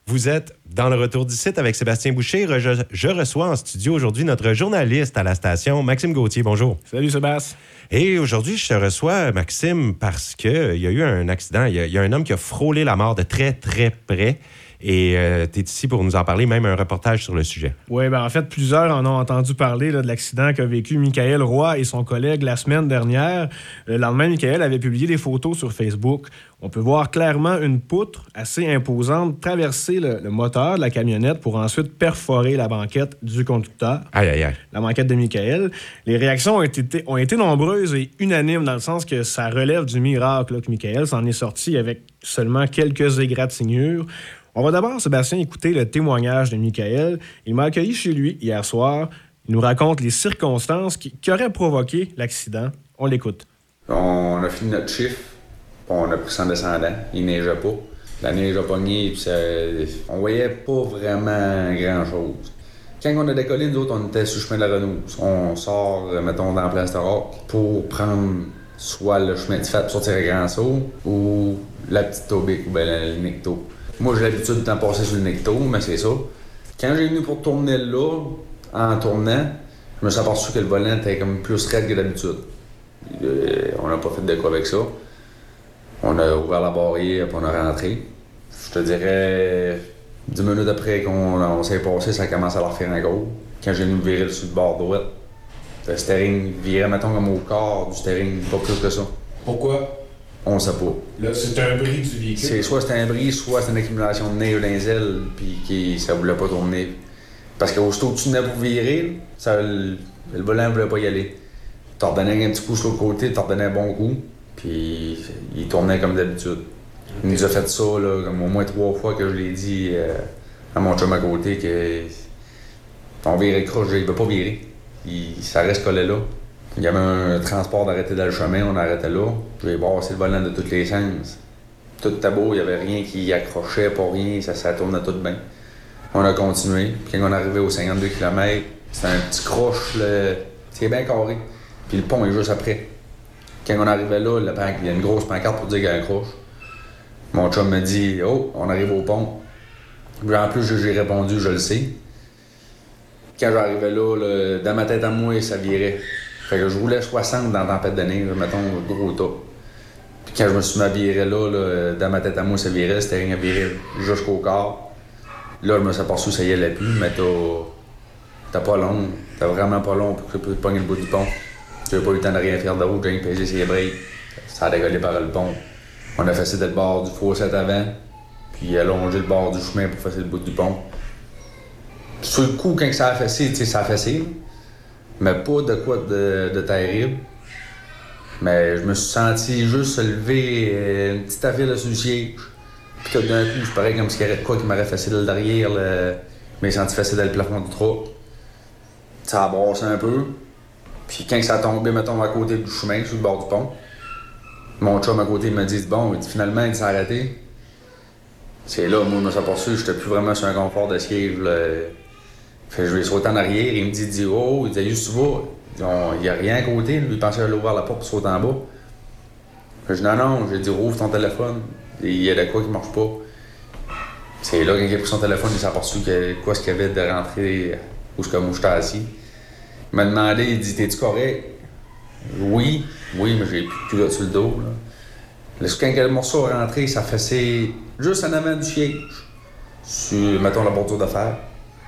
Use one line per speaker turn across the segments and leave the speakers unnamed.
Vous êtes dans le retour du site avec Sébastien Boucher. Je reçois en studio aujourd'hui notre journaliste à la station, Maxime Gauthier. Bonjour.
Salut Sébastien.
Et aujourd'hui, je te reçois, Maxime, parce qu'il y a eu un accident. Il y a un homme qui a frôlé la mort de très, très près. Et tu es ici pour nous en parler, même un reportage sur le sujet.
Oui, en fait, plusieurs en ont entendu parler de l'accident qu'a vécu Michael Roy et son collègue la semaine dernière. Le lendemain, Michael avait publié des photos sur Facebook. On peut voir clairement une poutre assez imposante traverser le moteur de la camionnette pour ensuite perforer la banquette du conducteur.
Aïe, aïe, aïe.
La banquette de Michael. Les réactions ont été nombreuses et unanimes dans le sens que ça relève du miracle là, que Michael s'en est sorti avec seulement quelques égratignures. On va d'abord, Sébastien, écouter le témoignage de Michael. Il m'a accueilli chez lui hier soir. Il nous raconte les circonstances qui auraient provoqué l'accident. On l'écoute.
On a fini notre chiffre, puis on a pris son descendant. Il neigeait pas. La neige a pogné, puis on voyait pas vraiment grand-chose. Quand on a décollé, nous autres, on était sur le chemin de la Renouse. On sort, mettons, dans la place de Rock pour prendre soit le chemin de Fat pour sortir à Grand-Saut ou la petite Tobic ou bien le Necto. Moi, j'ai l'habitude de passer sur le Necto, mais c'est ça. Quand j'ai venu pour tourner là, en tournant, je me suis aperçu que le volant était comme plus raide que d'habitude. On n'a pas fait de quoi avec ça. On a ouvert la barrière et on a rentré. Je te dirais, 10 minutes après qu'on s'est passé, ça commence à leur faire un gros. Quand j'ai venu virer sur le bord droit, le steering virait, mettons, comme au corps du steering, pas plus que ça.
Pourquoi?
On sait pas.
Là, c'est un bris du véhicule.
Soit c'était un bris, soit c'est une accumulation de neige dans les ailes, puis ça voulait pas tourner. Parce qu'aussitôt que tu venais pour virer, le volant voulait pas y aller. T'en redonnais un petit coup sur le côté, t'en redonnais un bon coup, puis il tournait comme d'habitude. Il nous a fait ça, là, comme au moins 3 fois que je l'ai dit à mon chum à côté que on virait croche, il veut pas virer. Ça reste collé là. Il y avait un transport d'arrêter dans le chemin, on arrêtait là. J'ai brassé le volant de toutes les sens. Tout était beau, il n'y avait rien qui accrochait, pas rien, ça tournait tout bien. On a continué. Puis quand on est arrivé aux 52 km, c'était un petit croche, c'est bien carré. Puis le pont est juste après. Quand on arrivait là, il y a une grosse pancarte pour dire qu'il y a un croche. Mon chum me dit « Oh, on arrive au pont. » En plus, j'ai répondu « Je le sais. » Quand j'arrivais là, dans ma tête à moi, ça virait. Fait que je roulais 60 dans la tempête de neige, mettons, gros tas. Puis quand je me suis mis à virer là, dans ma tête à moi, ça virait, c'était rien à virer jusqu'au corps. Là, je me suis aperçu que ça y allait plus, mais t'as pas long, t'as vraiment pas long pour que tu puisses pogner le bout du pont. J'avais pas eu le temps de rien faire d'autre, j'ai pesé ses breaks. Ça a décollé par le pont. On a fait le bord du fossé avant, puis allongé le bord du chemin pour faire le bout du pont. Sur le coup, quand ça a fessé, tu sais, ça a fessé. Mais pas de quoi de terrible. Mais je me suis senti juste lever une petite affaire sur le siège. Puis tout d'un coup, c'est pareil comme s'il y avait de quoi qui m'aurait fessé dans le derrière. Je m'ai senti fessé dans le plafond du truck. Ça a brassé un peu. Puis quand ça a tombé, mettons, à côté du chemin, sur le bord du pont, mon chum à côté me dit « Bon, finalement, il s'est arrêté. » C'est là, moi, je me suis aperçu que j'étais plus vraiment sur un confort de siège. Fait que je vais sauter en arrière, il me dit oh, il dit juste tu vas. Il n'y a rien à côté, lui il pensait aller ouvrir la porte pour sauter en bas. Fait que je dis non, j'ai dit rouvre ton téléphone. Il y a de quoi qui marche pas. C'est là quand il a pris son téléphone, il s'est aperçu que quoi ce qu'il y avait de rentrer où j'étais assis. Il m'a demandé, il dit t'es-tu correct? Oui, mais j'ai plus de culotte sur le dos. Là. Quand le morceau est rentré, ça faisait juste en avant du siège. Sur, mettons, la bordure de fer.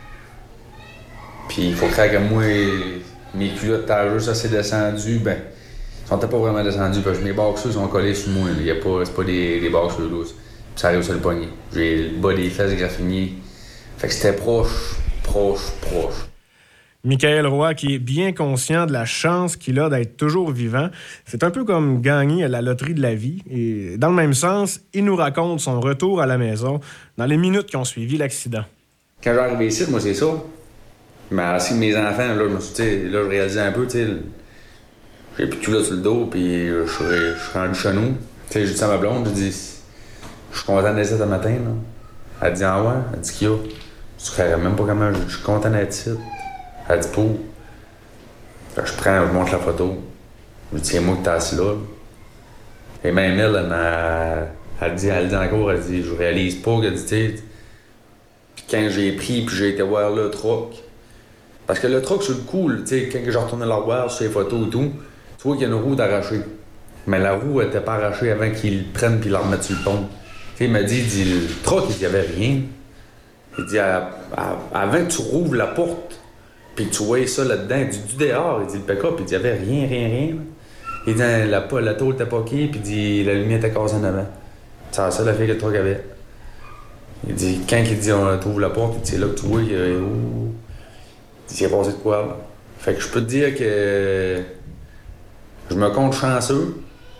Puis il faut croire que moi, mes culottes étaient juste assez descendues, ils sont pas vraiment descendus parce que mes boxers sont collés sur moi. C'est pas des boxers lousses. Puis ça arrive sur le poignet. J'ai le bas des fesses graffinées. Fait que c'était proche.
Michael Roy, qui est bien conscient de la chance qu'il a d'être toujours vivant. C'est un peu comme gagner à la loterie de la vie. Et dans le même sens, il nous raconte son retour à la maison dans les minutes qui ont suivi l'accident.
Quand j'arrive ici, moi, c'est ça. Mais assis mes enfants, là, je réalisais un peu, tu sais, j'ai plus de culotte sur le dos, puis je suis rendu chez nous. Tu sais, j'ai dit à ma blonde, je dis, je suis content d'être ici ce matin, là. Elle dit, ah ouais? Elle dit, qu'il y a? Je ne même pas comment, je suis content d'être ici. Elle dit, pour. Fait que je montre la photo. Je dis, c'est moi qui t'es assis là. Et même elle dit encore, elle dit, je réalise pas qu'elle dit, quand j'ai pris puis j'ai été voir le truck, parce que le truck, sur le coup, tu sais, quand je retournais le voir sur les photos et tout, tu vois qu'il y a une roue d'arrachée. Mais la roue n'était pas arrachée avant qu'ils le prennent puis la remettent sur le pont. Tu sais, il m'a dit, le truck, il n'y avait rien. Il dit, avant que tu rouvres la porte, puis que tu vois ça là-dedans, il dit, du dehors, il dit, le pick-up, il dit, il n'y avait rien. Il dit, la tôle était poquée, puis il dit, la lumière était cassée en avant. C'est ça la fille que le truck avait. Il dit, quand il dit, on trouve la porte, il dit, c'est là que tu vois, il s'est passé de quoi, là. Fait que je peux te dire que je me compte chanceux.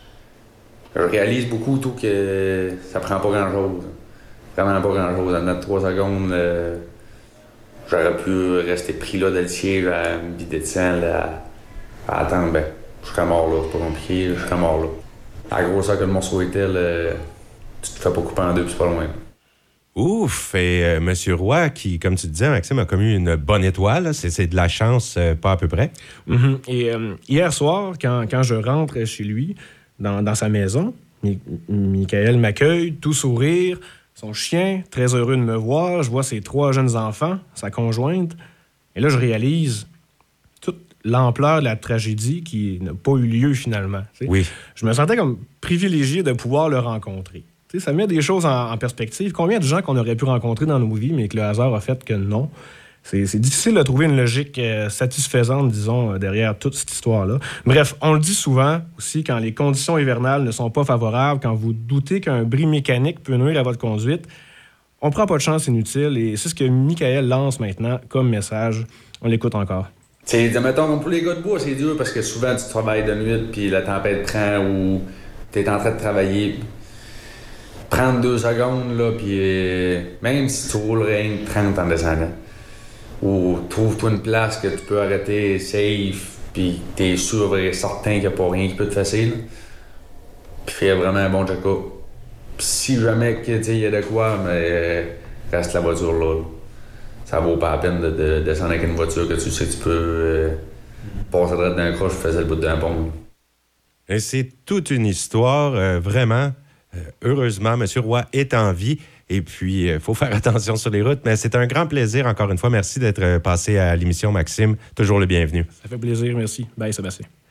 Je réalise beaucoup tout que ça prend pas grand-chose. Vraiment pas grand-chose. En notre 3 secondes, j'aurais pu rester pris là dans le siège à me vider de sang, là, à attendre. Ben, je serais mort là, c'est pas compliqué, je serais mort là. À la grosseur que le morceau était, là, tu te fais pas couper en deux, puis c'est pas loin.
Ouf! Et M. Roy, qui, comme tu disais, Maxime, a commis une bonne étoile. C'est de la chance, pas à peu près.
Mm-hmm. Et hier soir, quand je rentre chez lui, dans sa maison, Michael m'accueille, tout sourire, son chien, très heureux de me voir. Je vois ses 3 jeunes enfants, sa conjointe. Et là, je réalise toute l'ampleur de la tragédie qui n'a pas eu lieu finalement. T'sais.
Oui.
Je me sentais comme privilégié de pouvoir le rencontrer. T'sais, ça met des choses en perspective. Combien de gens qu'on aurait pu rencontrer dans nos vies, mais que le hasard a fait que non? C'est difficile de trouver une logique satisfaisante, disons, derrière toute cette histoire-là. Bref, on le dit souvent aussi, quand les conditions hivernales ne sont pas favorables, quand vous doutez qu'un bris mécanique peut nuire à votre conduite, on prend pas de chance inutile, et c'est ce que Michael lance maintenant comme message. On l'écoute encore.
Mettons, pour les gars de bois, c'est dur parce que souvent tu travailles de nuit, puis la tempête prend, ou tu es en train de travailler. Prendre 2 secondes, là, puis même si tu roules rien 30 en descendant, ou trouve-toi une place que tu peux arrêter safe, puis t'es sûr et certain qu'il n'y a pas rien qui peut te fesser, là. Puis fais vraiment un bon check-up. Puis si jamais il y a de quoi, mais reste la voiture là. Ça vaut pas la peine de descendre avec une voiture que tu sais que tu peux passer droit d'un croche, je faisais le bout d'un pont.
Et c'est toute une histoire, vraiment. Heureusement, M. Roy est en vie. Et puis, il faut faire attention sur les routes. Mais c'est un grand plaisir, encore une fois. Merci d'être passé à l'émission, Maxime. Toujours le bienvenu.
Ça fait plaisir, merci. Bye, Sébastien.